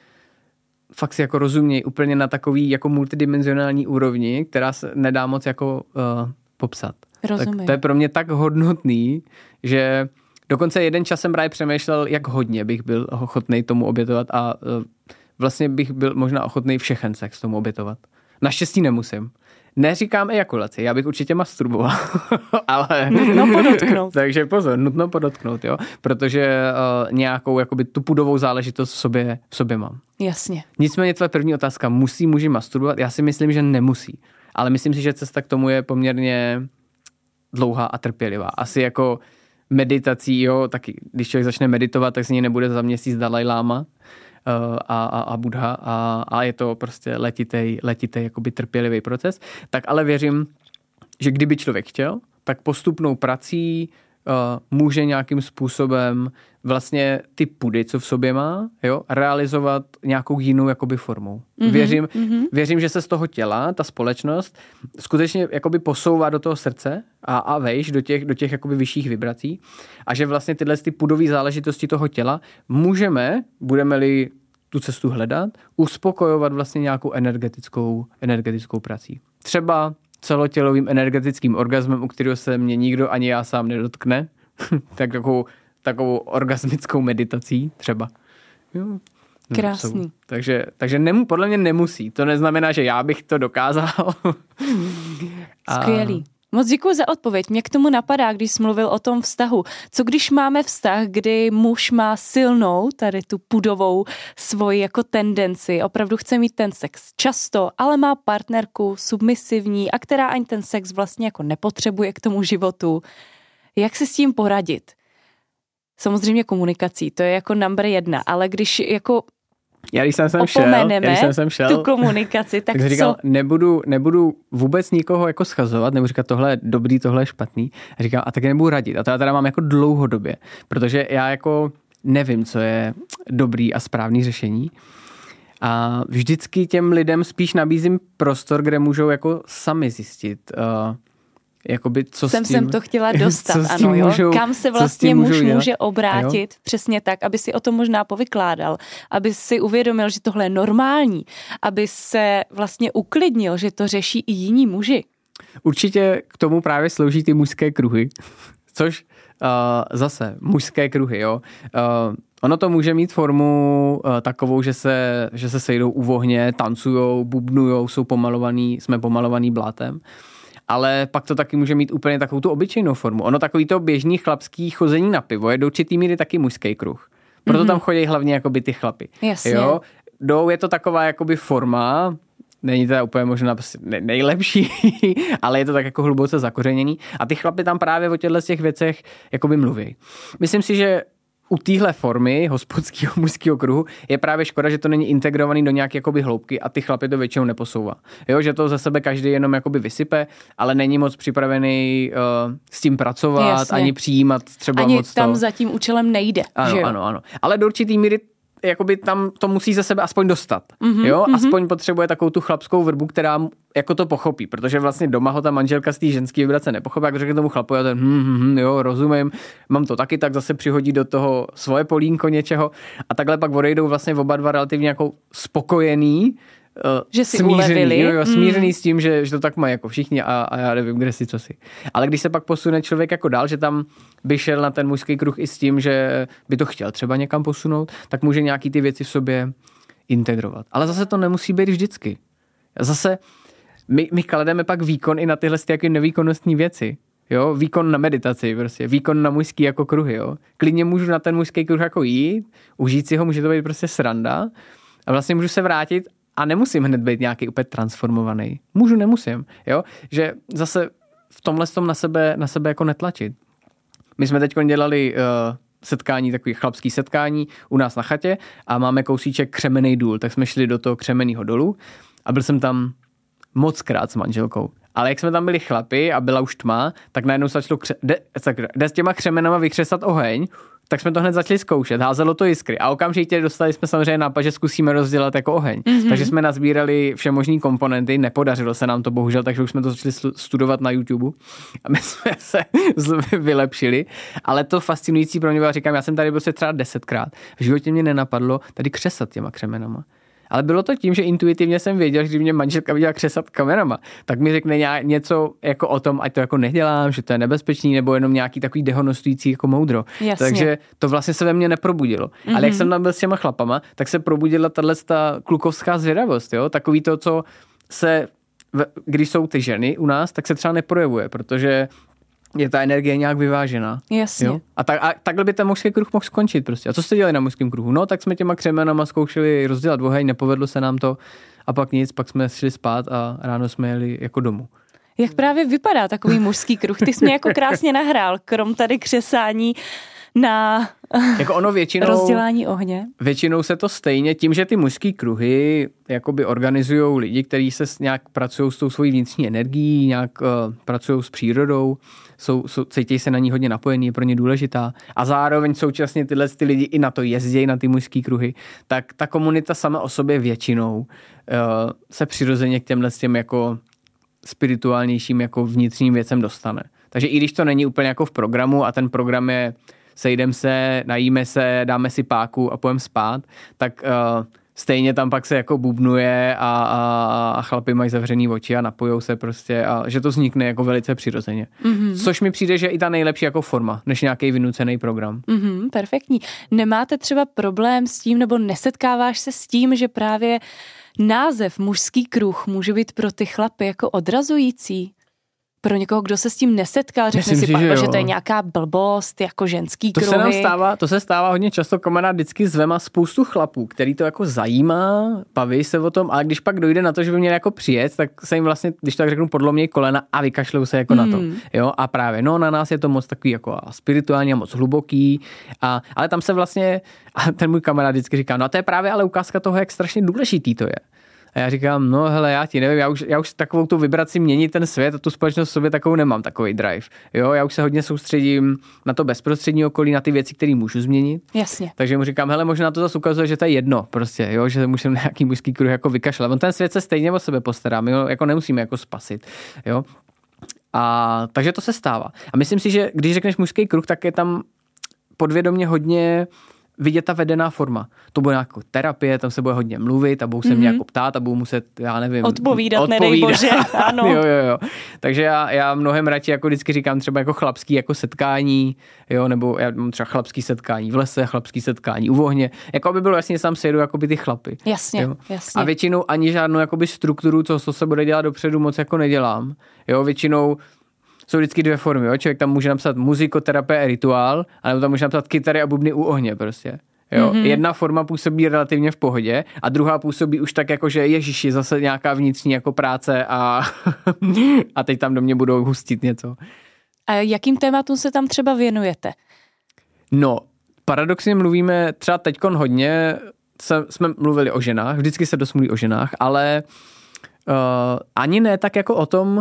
fakt si jako rozumějí úplně na takový jako multidimenzionální úrovni, která se nedá moc jako popsat. Rozumím. Tak to je pro mě tak hodnotný, že dokonce jeden čas jsem právě přemýšlel, jak hodně bych byl ochotný tomu obětovat a vlastně bych byl možná ochotný všechen sex tomu obětovat. Naštěstí nemusím. Neříkám ejakulaci, já bych určitě masturboval, ale... Nutno podotknout. Takže pozor, nutno podotknout, jo, protože nějakou jakoby tu pudovou záležitost v sobě mám. Jasně. Nicméně tvoje první otázka, musí muži masturbovat? Já si myslím, že nemusí, ale myslím si, že cesta k tomu je poměrně dlouhá a trpělivá. Asi jako meditací, jo, taky když člověk začne meditovat, tak z něj nebude za měsíc Dalaj Lama a Buddha a je to prostě letitej jakoby trpělivý proces. Tak ale věřím, že kdyby člověk chtěl, tak postupnou prací může nějakým způsobem vlastně ty pudy, co v sobě má, jo, realizovat nějakou jinou jakoby formou. Věřím, že se z toho těla ta společnost skutečně jakoby posouvá do toho srdce a vejš do těch jakoby vyšších vibrací a že vlastně tyhle ty pudové záležitosti toho těla budeme-li tu cestu hledat, uspokojovat vlastně nějakou energetickou prací. Třeba celotělovým energetickým orgasmem, u kterého se mě nikdo ani já sám nedotkne, tak takovou orgasmickou meditací třeba. Jo. Krásný. Takže podle mě nemusí. To neznamená, že já bych to dokázal. Skvělý. Moc děkuji za odpověď. Mě k tomu napadá, když jsi mluvil o tom vztahu. Co když máme vztah, kdy muž má silnou, tady tu pudovou svoji jako tendenci, opravdu chce mít ten sex často, ale má partnerku submisivní a která ani ten sex vlastně jako nepotřebuje k tomu životu. Jak se s tím poradit? Samozřejmě komunikací, to je jako number 1, ale když jako když jsem šel, tu komunikaci, tak co? Říkal, nebudu vůbec nikoho jako schazovat, nebo říkat, tohle je dobrý, tohle je špatný. A říkám, a tak nebudu radit. A to já teda mám jako dlouhodobě, protože já jako nevím, co je dobrý a správný řešení. A vždycky těm lidem spíš nabízím prostor, kde můžou jako sami zjistit, jakoby, co jsem to chtěla dostat, ano, jo? Můžou, kam se vlastně muž může obrátit, přesně tak, aby si o tom možná povykládal, aby si uvědomil, že tohle je normální, aby se vlastně uklidnil, že to řeší i jiní muži. Určitě k tomu právě slouží ty mužské kruhy, což zase mužské kruhy, jo. Ono to může mít formu takovou, že se sejdou u ohně, tancujou, bubnujou, jsme pomalovaný blátem. Ale pak to taky může mít úplně takovou tu obyčejnou formu. Ono takový to běžný chlapský chození na pivo je do určitý míry taky mužský kruh. Proto tam chodí hlavně jakoby ty chlapy. Jasně. Jo? Je to taková jakoby forma není to úplně možná nejlepší, ale je to tak jako hluboce zakořeněný. A ty chlapi tam právě o těchto těch věcech jakoby mluví. Myslím si, že u téhle formy hospodského mužského kruhu je právě škoda, že to není integrovaný do nějaké jakoby hloubky a ty chlapy to většinou neposouvá. Jo, že to ze sebe každý jenom jakoby vysype, ale není moc připravený s tím pracovat, jasně, ani přijímat třeba ani moc tam to. za tím účelem nejde. Ano, že jo? ano. Ale do určitý míry jakoby tam to musí ze sebe aspoň dostat. Jo? Aspoň potřebuje takovou tu chlapskou vrbu, která jako to pochopí, protože vlastně doma ho ta manželka z té ženské vibrace nepochopí, jak řekne tomu chlapu, jo, rozumím, mám to taky, tak zase přihodí do toho svoje polínko něčeho a takhle pak odejdou vlastně oba dva relativně jako spokojený, že si ulevili. Jo, smířený s tím, že to tak mají jako všichni a já nevím, kde si, co si. Ale když se pak posune člověk jako dál, že tam by šel na ten mužský kruh i s tím, že by to chtěl třeba někam posunout, tak může nějaký ty věci v sobě integrovat. Ale zase to nemusí být vždycky. Zase my klademe pak výkon i na tyhle jaké nevýkonnostní věci. Jo, výkon na meditaci, prostě výkon na mužský jako kruhy, jo. Klidně můžu na ten mužský kruh jako jít, užít si ho, může to být prostě sranda a vlastně můžu se vrátit a nemusím hned být nějaký úplně transformovaný. Nemusím, jo? Že zase v tomhle tom na sebe jako netlačit. My jsme teď dělali setkání, takový chlapský setkání u nás na chatě a máme kousíček křemenný důl, tak jsme šli do toho křemenného dolu a byl jsem tam mockrát s manželkou. Ale jak jsme tam byli chlapi a byla už tma, tak najednou se začalo jde s těma křemenama vykřesat oheň, tak jsme to hned začali zkoušet, házelo to jiskry a okamžitě dostali jsme samozřejmě nápad, že zkusíme rozdělat jako oheň. Takže jsme nazbírali všemožný komponenty, nepodařilo se nám to bohužel, takže už jsme to začali studovat na YouTube a my jsme se vylepšili, ale to fascinující pro mě bylo, říkám, já jsem tady byl se třeba 10krát, v životě mě nenapadlo tady křesat těma křemenama. Ale bylo to tím, že intuitivně jsem věděl, že když mě manželka viděla křesat kamerama, tak mi řekne něco jako o tom, ať to jako nedělám, že to je nebezpečný, nebo jenom nějaký takový dehonestující jako moudro. Jasně. Takže to vlastně se ve mně neprobudilo. Ale jak jsem tam byl s těma chlapama, tak se probudila ta klukovská zvědavost, jo? Takový to, co se, když jsou ty ženy u nás, tak se třeba neprojevuje, protože je ta energie nějak vyvážená. Jasně. Jo? A takhle by ten mužský kruh mohl skončit prostě. A co jste dělali na mužském kruhu? No, tak jsme těma křemenama zkoušeli rozdělat oheň, nepovedlo se nám to a pak nic, pak jsme šli spát a ráno jsme jeli jako domů. Jak právě vypadá takový mužský kruh? Ty jsi mě jako krásně nahrál, krom tady křesání na jako ono rozdělání ohně. Většinou se to stejně tím, že ty mužský kruhy jakoby organizujou lidi, kteří se nějak pracují s tou svojí vnitřní energií, nějak pracují s přírodou, cítí se na ní hodně napojení, je pro ně důležitá a zároveň současně ty lidi i na to jezdí, na ty mužský kruhy, tak ta komunita sama o sobě většinou se přirozeně k těm jako spirituálnějším jako vnitřním věcem dostane. Takže i když to není úplně jako v programu a ten program je sejdeme se, najíme se, dáme si páku a půjdeme spát, tak stejně tam pak se jako bubnuje a chlapi mají zavřený oči a napojou se prostě a že to vznikne jako velice přirozeně. Což mi přijde, že i ta nejlepší jako forma, než nějaký vynucený program. Perfektní. Nemáte třeba problém s tím, nebo nesetkáváš se s tím, že právě název mužský kruh může být pro ty chlapy jako odrazující? Pro někoho, kdo se s tím nesetkal, řekne si pak, že to je nějaká blbost, jako ženský kruhy. To se stává hodně často, kamarád vždycky zvema spoustu chlapů, který to jako zajímá, baví se o tom, ale když pak dojde na to, že by měli jako přijet, tak se jim vlastně, když tak řeknu, podlomějí kolena a vykašlou se jako na to. Jo? A právě, na nás je to moc takový jako spirituální a moc hluboký, ale tam se vlastně, a ten můj kamarád vždycky říká, no a to je právě ale ukázka toho, jak strašně důležitý to je. A já říkám, no hele, já ti nevím, já už takovou tu vibraci mění ten svět a tu společnost v sobě takovou nemám, takový drive. Jo, já už se hodně soustředím na to bezprostřední okolí, na ty věci, které můžu změnit. Jasně. Takže mu říkám, hele, možná to zase ukazuje, že to je jedno, prostě, jo, že musím nějaký mužský kruh jako vykašlat. On ten svět se stejně o sebe postará, my ho jako nemusíme jako spasit, jo. A takže to se stává. A myslím si, že když řekneš mužský kruh, tak je tam podvědomě hodně vidět ta vedená forma. To bude nějakou terapie, tam se bude hodně mluvit a budou se mě jako ptát a budou muset, já nevím, odpovídat. Nedej bože, ano. jo. Takže já mnohem radši jako vždycky říkám třeba jako chlapský jako setkání, jo, nebo já mám třeba chlapský setkání v lese, chlapský setkání u ohně, jako aby bylo jasně, že tam sejedu jako by ty chlapy. Jasně, jo. jasně. A většinou ani žádnou jakoby strukturu, co se bude dělat dopředu, moc jako nedělám. Jo, většinou jsou vždycky dvě formy, jo? Člověk tam může napsat muzikoterapie a rituál, ale tam může napsat kytary a bubny u ohně prostě. Jo? Jedna forma působí relativně v pohodě a druhá působí už tak jako, že ježiši, zase nějaká vnitřní jako práce a teď tam do mě budou hustit něco. A jakým tématům se tam třeba věnujete? No, paradoxně mluvíme třeba teďkon hodně, jsme mluvili o ženách, vždycky se dost mluví o ženách, ale ani ne tak jako o tom,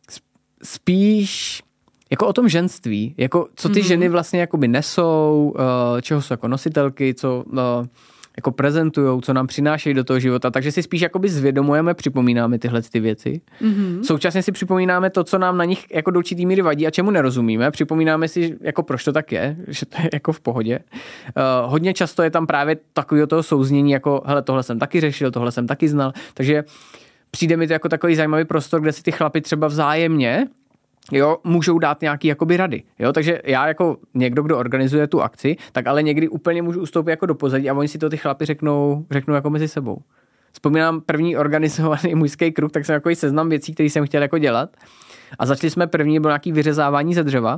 spíš jako o tom ženství, jako co ty ženy vlastně jakoby nesou, čeho jsou jako nositelky, co jako prezentujou, co nám přinášejí do toho života, takže si spíš jakoby zvědomujeme, připomínáme tyhle ty věci. Současně si připomínáme to, co nám na nich jako do určitý míry vadí a čemu nerozumíme. Připomínáme si, jako proč to tak je, že to je jako v pohodě. Hodně často je tam právě takového toho souznění, jako hele, tohle jsem taky řešil, tohle jsem taky znal, takže přijde mi to jako takový zajímavý prostor, kde si ty chlapi třeba vzájemně můžou dát nějaký jakoby rady. Jo? Takže já jako někdo, kdo organizuje tu akci, tak ale někdy úplně můžu ustoupit jako do pozadí a oni si to ty chlapi řeknou jako mezi sebou. Vzpomínám první organizovaný mužský kruh, tak jsem jako seznam věcí, které jsem chtěl jako dělat. A začali jsme první, bylo nějaký vyřezávání ze dřeva.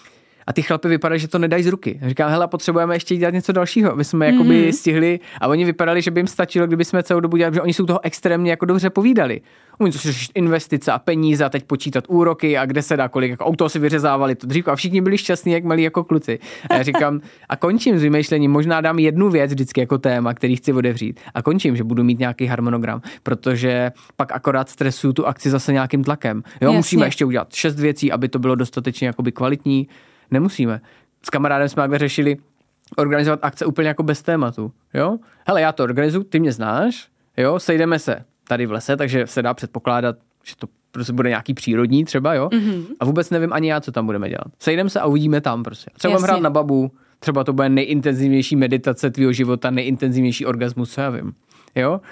A ty chlapi vypadaly, že to nedají z ruky. A říkám, hele, potřebujeme ještě dělat něco dalšího, aby jsme jakoby stihli. A oni vypadali, že by jim stačilo, kdyby jsme celou dobu dělali, že oni jsou toho extrémně jako dobře povídali. Oni to jsou investice a peníze a teď počítat úroky a kde se dá kolik, jako auto si vyřezávali to dřív a všichni byli šťastní, jak malí jako kluci. A já říkám, a končím s vymýšlením, možná dám jednu věc vždycky jako téma, který chci otevřít. A končím, že budu mít nějaký harmonogram, protože pak akorát stresuju tu akci zase nějakým tlakem. Jo, musíme ještě udělat 6 věcí, aby to bylo dostatečně jakoby kvalitní. Nemusíme. S kamarádem jsme takhle řešili organizovat akce úplně jako bez tématu. Jo? Hele, já to organizuju, ty mě znáš, jo? Sejdeme se tady v lese, takže se dá předpokládat, že to prostě bude nějaký přírodní třeba, jo? A vůbec nevím ani já, co tam budeme dělat. Sejdeme se a uvidíme tam prostě. Třeba budeme hrát na babu, třeba to bude nejintenzivnější meditace tvýho života, nejintenzivnější orgasmus, co já vím. Jo?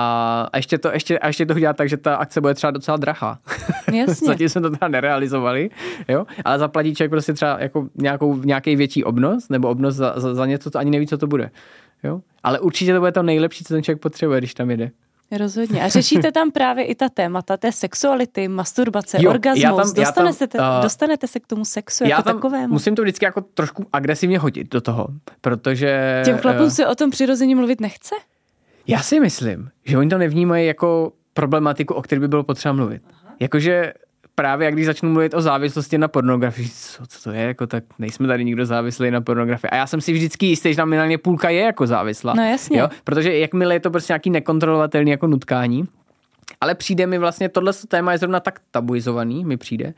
A ještě to dělat tak, že ta akce bude třeba docela drahá. Jasně. Zatím jsme to teda nerealizovali, jo? Ale zaplatí člověk prostě třeba jako nějaký větší obnos, nebo obnos za něco, co ani neví, co to bude. Jo? Ale určitě to bude to nejlepší, co ten člověk potřebuje, když tam jede. Rozhodně. A řešíte tam právě i ta témata té sexuality, masturbace, orgasmus. Dostanete se k tomu sexu jako takovému? Musím to vždycky jako trošku agresivně hodit do toho, protože... Těm chlapům se o tom přirozeně mluvit nechce? Já si myslím, že oni to nevnímají jako problematiku, o které by bylo potřeba mluvit. Jakože právě jak když začnu mluvit o závislosti na pornografii, co to je, jako tak nejsme tady nikdo závislý na pornografii. A já jsem si vždycky jistý, že tam minimálně půlka je jako závislá. No jasně. Jo? Protože jakmile je to prostě nějaký nekontrolovatelný jako nutkání, ale přijde mi vlastně, tohle téma je zrovna tak tabuizovaný, mi přijde,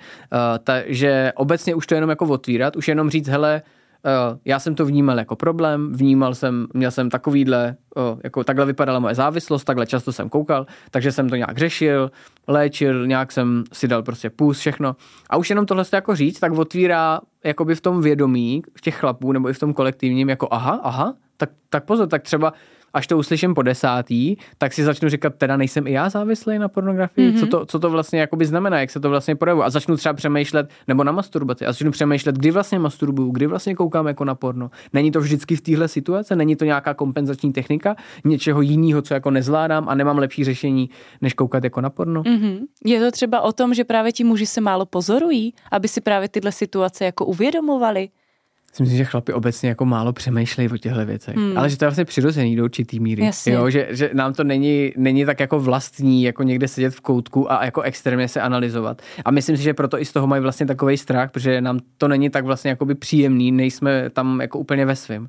že obecně už to jenom jako otvírat, už jenom říct, hele, já jsem to vnímal jako problém, měl jsem takovýhle, jako takhle vypadala moje závislost, takhle často jsem koukal, takže jsem to nějak řešil, léčil, nějak jsem si dal prostě půs, všechno. A už jenom tohle jako říct, tak otvírá jakoby v tom vědomí těch chlapů nebo i v tom kolektivním jako aha, tak pozor, tak třeba až to uslyším po 10., tak si začnu říkat, teda nejsem i já závislý na pornografii, co to vlastně jakoby znamená, jak se to vlastně projevuje. A začnu třeba přemýšlet, nebo na masturbaci, a začnu přemýšlet, kdy vlastně masturbuju, kdy vlastně koukám jako na porno. Není to vždycky v téhle situaci, není to nějaká kompenzační technika, něčeho jiného, co jako nezvládám a nemám lepší řešení, než koukat jako na porno. Je to třeba o tom, že právě ti muži se málo pozorují, aby si právě tyhle situace jako uvědomovali? Myslím, že chlapi obecně jako málo přemýšlejí o těchto věcech. Ale že to je vlastně přirozený do určitý míry. Jo, že nám to není tak jako vlastní, jako někde sedět v koutku a jako extrémně se analyzovat. A myslím si, že proto i z toho mají vlastně takovej strach, protože nám to není tak vlastně jakoby příjemný, nejsme tam jako úplně ve svým.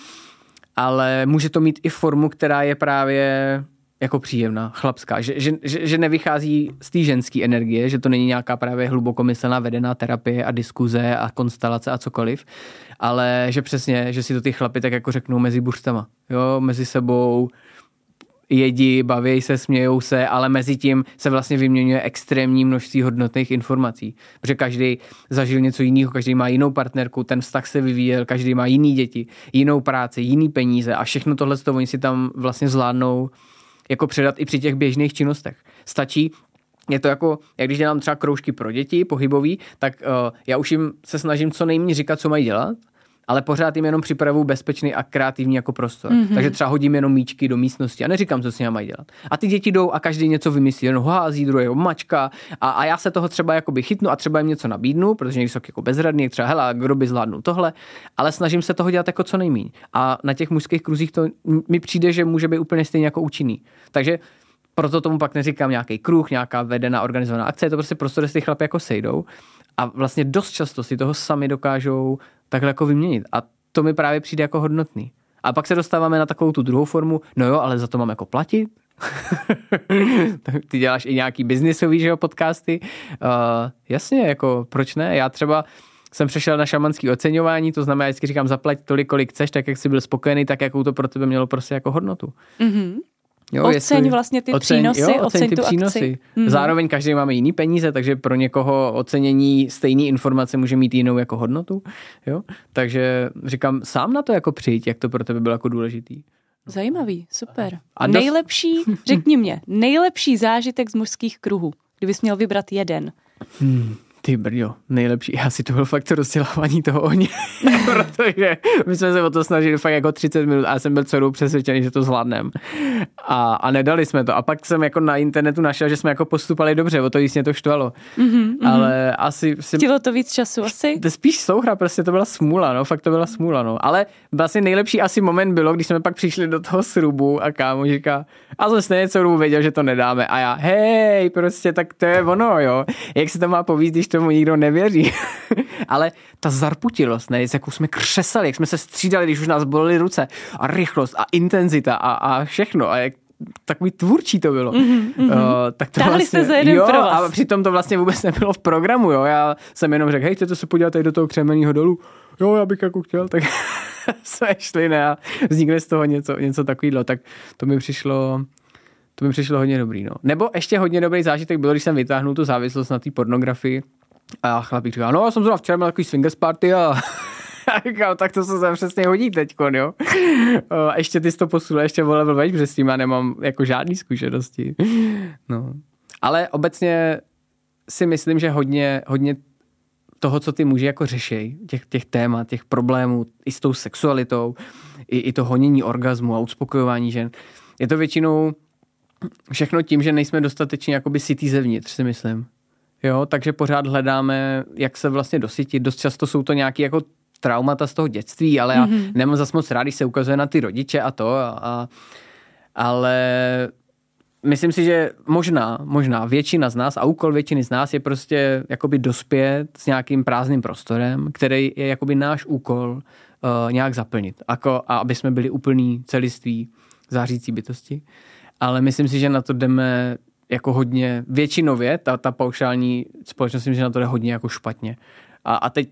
Ale může to mít i formu, která je právě jako příjemná, chlapská, že nevychází z té ženské energie, že to není nějaká právě hlubokomyslná vedená terapie a diskuze a konstelace a cokoliv, ale že přesně, že si to ty chlapi tak jako řeknou mezi buřtama, jo, mezi sebou jedí, baví se, smějou se, ale mezi tím se vlastně vyměňuje extrémní množství hodnotných informací, protože každý zažil něco jiného, každý má jinou partnerku, ten vztah se vyvíjel, každý má jiný děti, jinou práci, jiný peníze a všechno tohle oni si tam vlastně zvládnou jako předat i při těch běžných činnostech. Stačí, je to jako, jak když dělám třeba kroužky pro děti, pohybový, tak já už jim se snažím co nejméně říkat, co mají dělat ale pořád jim jenom připravuju bezpečný a kreativní jako prostor. Takže třeba hodím jenom míčky do místnosti a neříkám, co s nimi mají dělat. A ty děti jdou a každý něco vymyslí, jenom hází, druhý mačka a já se toho třeba jakoby chytnu a třeba jim něco nabídnu, protože někdy jsou jako bezradný, třeba hele, kdo by zvládnul tohle, ale snažím se toho dělat jako co nejméně. A na těch mužských kruzích to mi přijde, že může být úplně stejně jako účinný. Takže proto tomu pak neříkám nějaký kruh, nějaká vedená organizovaná akce, je to prostě prostor, kde si ty chlapi jako sejdou a vlastně dost často si toho sami dokážou takhle jako vyměnit. A to mi právě přijde jako hodnotný. A pak se dostáváme na takovou tu druhou formu, no jo, ale za to mám jako platit. Ty děláš i nějaký biznisový, že jo, podcasty. Jasně, jako proč ne? Já třeba jsem přešel na šamanský oceňování, to znamená, vždycky říkám, zaplať tolik, kolik chceš, tak jak jsi byl spokojený, tak jakou to pro tebe mělo prostě jako hodnotu. Jo, oceň vlastně ty přínosy, oceň ty tu přínosy. Akci. Zároveň každý máme jiný peníze, takže pro někoho ocenění stejné informace může mít jinou jako hodnotu. Jo? Takže říkám, sám na to jako přijít, jak to pro tebe bylo jako důležitý. Zajímavý, super. A nejlepší, řekni mě, nejlepší zážitek z mužských kruhů, kdybys měl vybrat jeden. Ty brďo, nejlepší. Asi to bylo fakt to rozdělávání toho ohně, protože my jsme se o to snažili fakt jako 30 minut a já jsem byl celou přesvědčený, že to zvládneme. A nedali jsme to. A pak jsem jako na internetu našel, že jsme jako postupali dobře, o to víc mě to štvalo. Ale asi... Chtělo to víc času asi? To spíš souhra, prostě to byla smůla, no, fakt to byla smůla, no. Ale vlastně nejlepší asi moment bylo, když jsme pak přišli do toho srubu a kámo říká, a jsem stejně celou dobu věděl, že to nedáme. A já, hej, prostě tak to je ono, jo. Jak se to má povíct, když tomu nikdo nevěří. Ale ta zarputilost, ne, jakou jsme křesali, jak jsme se střídali, když už nás bolely ruce a rychlost a intenzita a všechno a jak takový tvůrčí to bylo. Tak to vlastně, jste za jeden pro vás. A přitom to vlastně vůbec nebylo v programu, jo. Já jsem jenom řekl, hej, chcete se podívat tady do toho křemenního dolu? Jo, já bych jako chtěl, tak jsme šli, ne, a vznikne z toho něco takového, tak to mi přišlo hodně dobrý, no. Nebo ještě hodně dobrý zážitek bylo, když jsem vytáhnul tu závislost na té pornografii a chlapík říká, no, já jsem zrovna včera měl takový swingers party a říkal, tak to se přesně hodí teďkon, jo. A ještě ty jsi to posunul, ještě vole več, protože s tím já nemám jako žádný zkušenosti. No. Ale obecně si myslím, že hodně toho, co ty muži jako řešej, těch témat, těch problémů, i s tou sexualitou, i to honění orgazmu a uspokojování žen, je to většinou všechno tím, že nejsme dostatečně jakoby sytý zevnitř, si myslím. Jo, takže pořád hledáme, jak se vlastně dosytit. Dost často jsou to nějaké jako traumata z toho dětství, ale já nemám zas moc rád, když se ukazuje na ty rodiče a to, ale myslím si, že možná většina z nás a úkol většiny z nás je prostě jakoby dospět s nějakým prázdným prostorem, který je jakoby náš úkol nějak zaplnit. A aby jsme byli úplný celiství zářící bytosti. Ale myslím si, že na to jdeme jako hodně, většinově, ta paušální společnost, myslím, že na to jde hodně jako špatně. A teď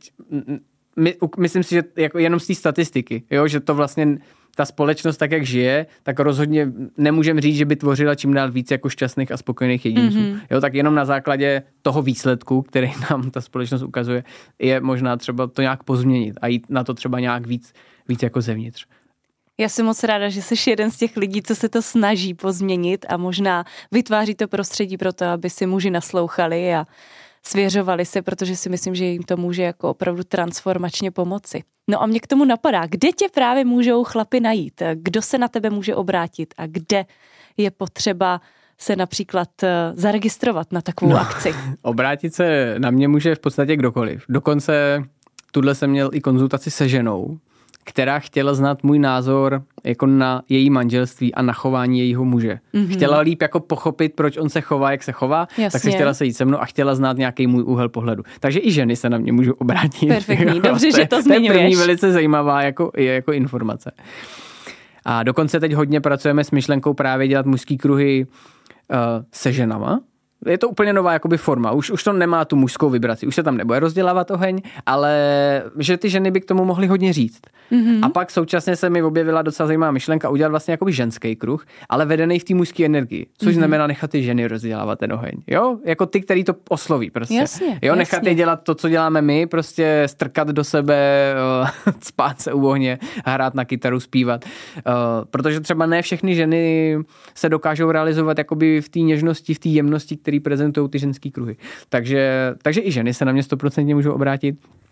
myslím si, že jako jenom z té statistiky, jo, že to vlastně ta společnost tak, jak žije, tak rozhodně nemůžeme říct, že by tvořila čím dál víc jako šťastných a spokojených jedinců. Jo, tak jenom na základě toho výsledku, který nám ta společnost ukazuje, je možná třeba to nějak pozměnit a jít na to třeba nějak víc jako zevnitř. Já jsem moc ráda, že jsi jeden z těch lidí, co se to snaží pozměnit a možná vytváří to prostředí pro to, aby si muži naslouchali a svěřovali se, protože si myslím, že jim to může jako opravdu transformačně pomoci. No a mě k tomu napadá, kde tě právě můžou chlapi najít? Kdo se na tebe může obrátit a kde je potřeba se například zaregistrovat na takovou akci? Obrátit se na mě může v podstatě kdokoliv. Dokonce tuhle jsem měl i konzultaci se ženou, která chtěla znát můj názor jako na její manželství a na chování jejího muže. Chtěla líp jako pochopit, proč on se chová, jak se chová, tak se chtěla sejít se mnou a chtěla znát nějaký můj úhel pohledu. Takže i ženy se na mě můžou obrátit. Perfektní, dobře, že to zmiňuješ. To je první velice zajímavá jako informace. A dokonce teď hodně pracujeme s myšlenkou právě dělat mužský kruhy se ženama. Je to úplně nová jakoby forma. Už to nemá tu mužskou vibraci. Už se tam nebude rozdělávat oheň, ale že ty ženy by k tomu mohly hodně říct. A pak současně se mi objevila docela zajímavá myšlenka udělat vlastně jakoby ženský kruh, ale vedený v té mužské energii. Což znamená nechat ty ženy rozdělávat ten oheň. Jo? Jako ty, který to osloví prostě. Jasně, jo, nechat je dělat to, co děláme my, prostě strkat do sebe, spát se u ohně, hrát na kytaru, zpívat. Protože třeba ne všechny ženy se dokážou realizovat jakoby v té něžnosti, v té jemnosti, který prezentují ty ženský kruhy. Takže i ženy se na mě 100% můžou obrátit.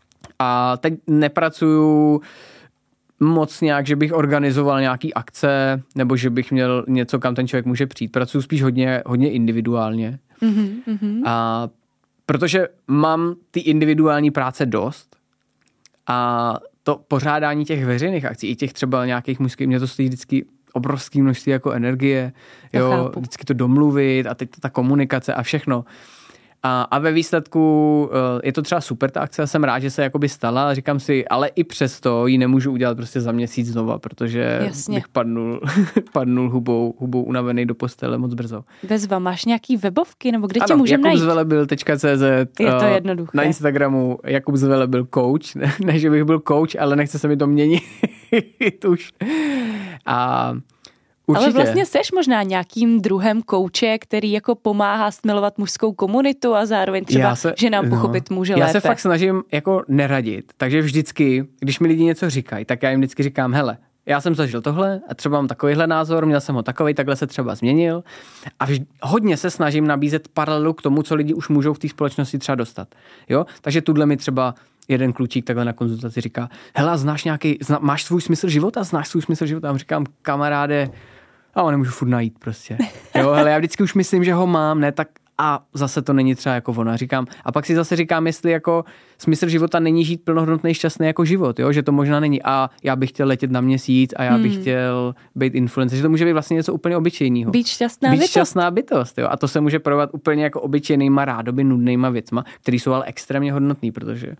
A teď nepracuju moc nějak, že bych organizoval nějaký akce, nebo že bych měl něco, kam ten člověk může přijít. Pracuju spíš hodně individuálně. A protože mám ty individuální práce dost a to pořádání těch veřejných akcí, i těch třeba nějakých mužských, mě to stojí vždycky obrovské množství jako energie, jo, vždycky to domluvit a teď ta komunikace a všechno. A ve výsledku je to třeba super ta akce, jsem rád, že se jakoby stala, ale říkám si, ale i přesto ji nemůžu udělat prostě za měsíc znova, protože bych padnul hubou unavený do postele moc brzo. Bezva, máš nějaký webovky, nebo kde tě můžeme najít? jakubzvelebil.cz Je to jednoduché. Na Instagramu jakubzvelebil coach, ne, že bych byl coach, ale nechce se mi to měnit už. A určitě. Ale vlastně seš možná nějakým druhem kouče, který jako pomáhá stmelovat mužskou komunitu a zároveň třeba ženám pochopit muže lépe. Já se fakt snažím jako neradit, takže vždycky, když mi lidi něco říkají, tak já jim vždycky říkám, hele, já jsem zažil tohle a třeba mám takovýhle názor, měl jsem ho takovej, takhle se třeba změnil a hodně se snažím nabízet paralelu k tomu, co lidi už můžou v té společnosti třeba dostat. Jo? Takže tuhle mi třeba jeden klučík takhle na konzultaci říká, hele, máš svůj smysl života? Znáš svůj smysl života? A říkám, kamaráde, a nemůžu furt najít prostě. Jo, hele, já vždycky už myslím, že ho mám, ne, tak a zase to není třeba jako ona, říkám. A pak si zase říkám, jestli jako smysl života není žít plnohodnotný, šťastný jako život, jo, že to možná není. A já bych chtěl letět na měsíc a já bych chtěl být influencer, že to může být vlastně něco úplně obyčejného. Být šťastná bytost, jo. A to se může projevovat úplně jako obyčejnýma, rádoby nudnýma věcma, které jsou ale extrémně hodnotný,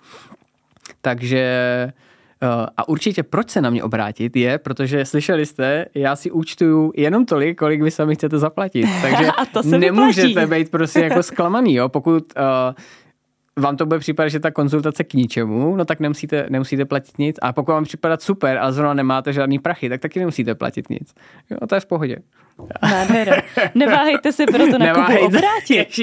takže a určitě proč se na mě obrátit je, protože slyšeli jste, já si účtuju jenom tolik, kolik vy sami chcete zaplatit. Takže nemůžete být prostě jako zklamaný, jo. Pokud vám to bude připadat, že ta konzultace k ničemu, no tak nemusíte platit nic. A pokud vám připadat super, ale zrovna nemáte žádný prachy, tak taky nemusíte platit nic. Jo, to je v pohodě. Nádhera. Neváhejte se proto na Kubu obrátit.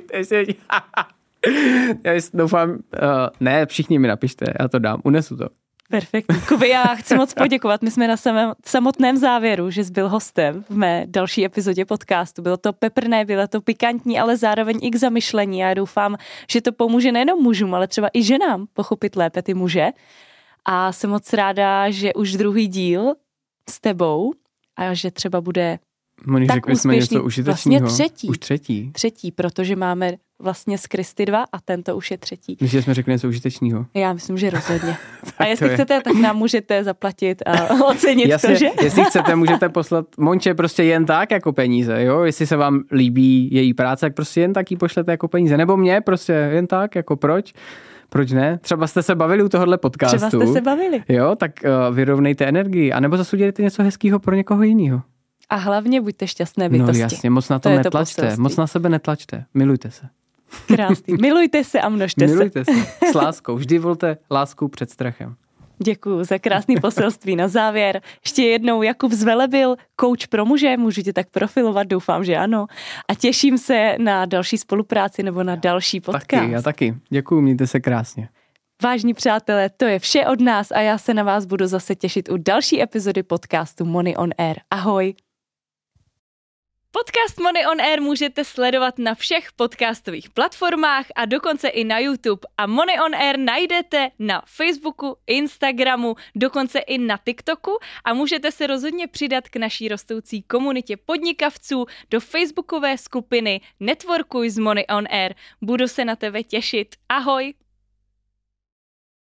Já doufám, ne, všichni mi napište, já to dám, unesu to. Perfektní. Kuby, já chci moc poděkovat. My jsme na samotném závěru, že jsi byl hostem v mé další epizodě podcastu. Bylo to peprné, bylo to pikantní, ale zároveň i k zamyšlení. A já doufám, že to pomůže nejenom mužům, ale třeba i ženám pochopit lépe ty muže. A jsem moc ráda, že už druhý díl s tebou a že třeba bude Moni, tak řekli jsme něco užitečného. Vlastně Už třetí. Třetí, protože máme vlastně z Kristy 2 a tento už je třetí. Myslím, že jsme řekli něco užitečného. Já myslím, že rozhodně. A jestli chcete, tak nám můžete zaplatit a ocenit to, že? Jestli chcete, můžete poslat Monče prostě jen tak jako peníze, jo? Jestli se vám líbí její práce, tak prostě jen tak jí pošlete jako peníze. Nebo mě prostě jen tak, jako proč? Proč ne? Třeba jste se bavili u tohohle podcastu. Třeba jste se bavili. Jo, tak vyrovnejte energii. A nebo zase udělejte něco hezkého pro někoho jiného. A hlavně buďte šťastné bytosti. No jasně, moc na to netlačte, moc na sebe netlačte. Milujte se. Krásný. Milujte se a množte se. Milujte se. S láskou. Vždy volte lásku před strachem. Děkuju za krásný poselství na závěr. Ještě jednou Jakub Zvelebil, coach pro muže, můžu tě tak profilovat, doufám, že ano. A těším se na další spolupráci nebo na další podcast. Já taky. Děkuju, mějte se krásně. Vážní přátelé, to je vše od nás a já se na vás budu zase těšit u další epizody podcastu Money on Air. Ahoj! Podcast Money on Air můžete sledovat na všech podcastových platformách a dokonce i na YouTube. A Money on Air najdete na Facebooku, Instagramu, dokonce i na TikToku a můžete se rozhodně přidat k naší rostoucí komunitě podnikavců do facebookové skupiny Networkuj z Money on Air. Budu se na tebe těšit. Ahoj!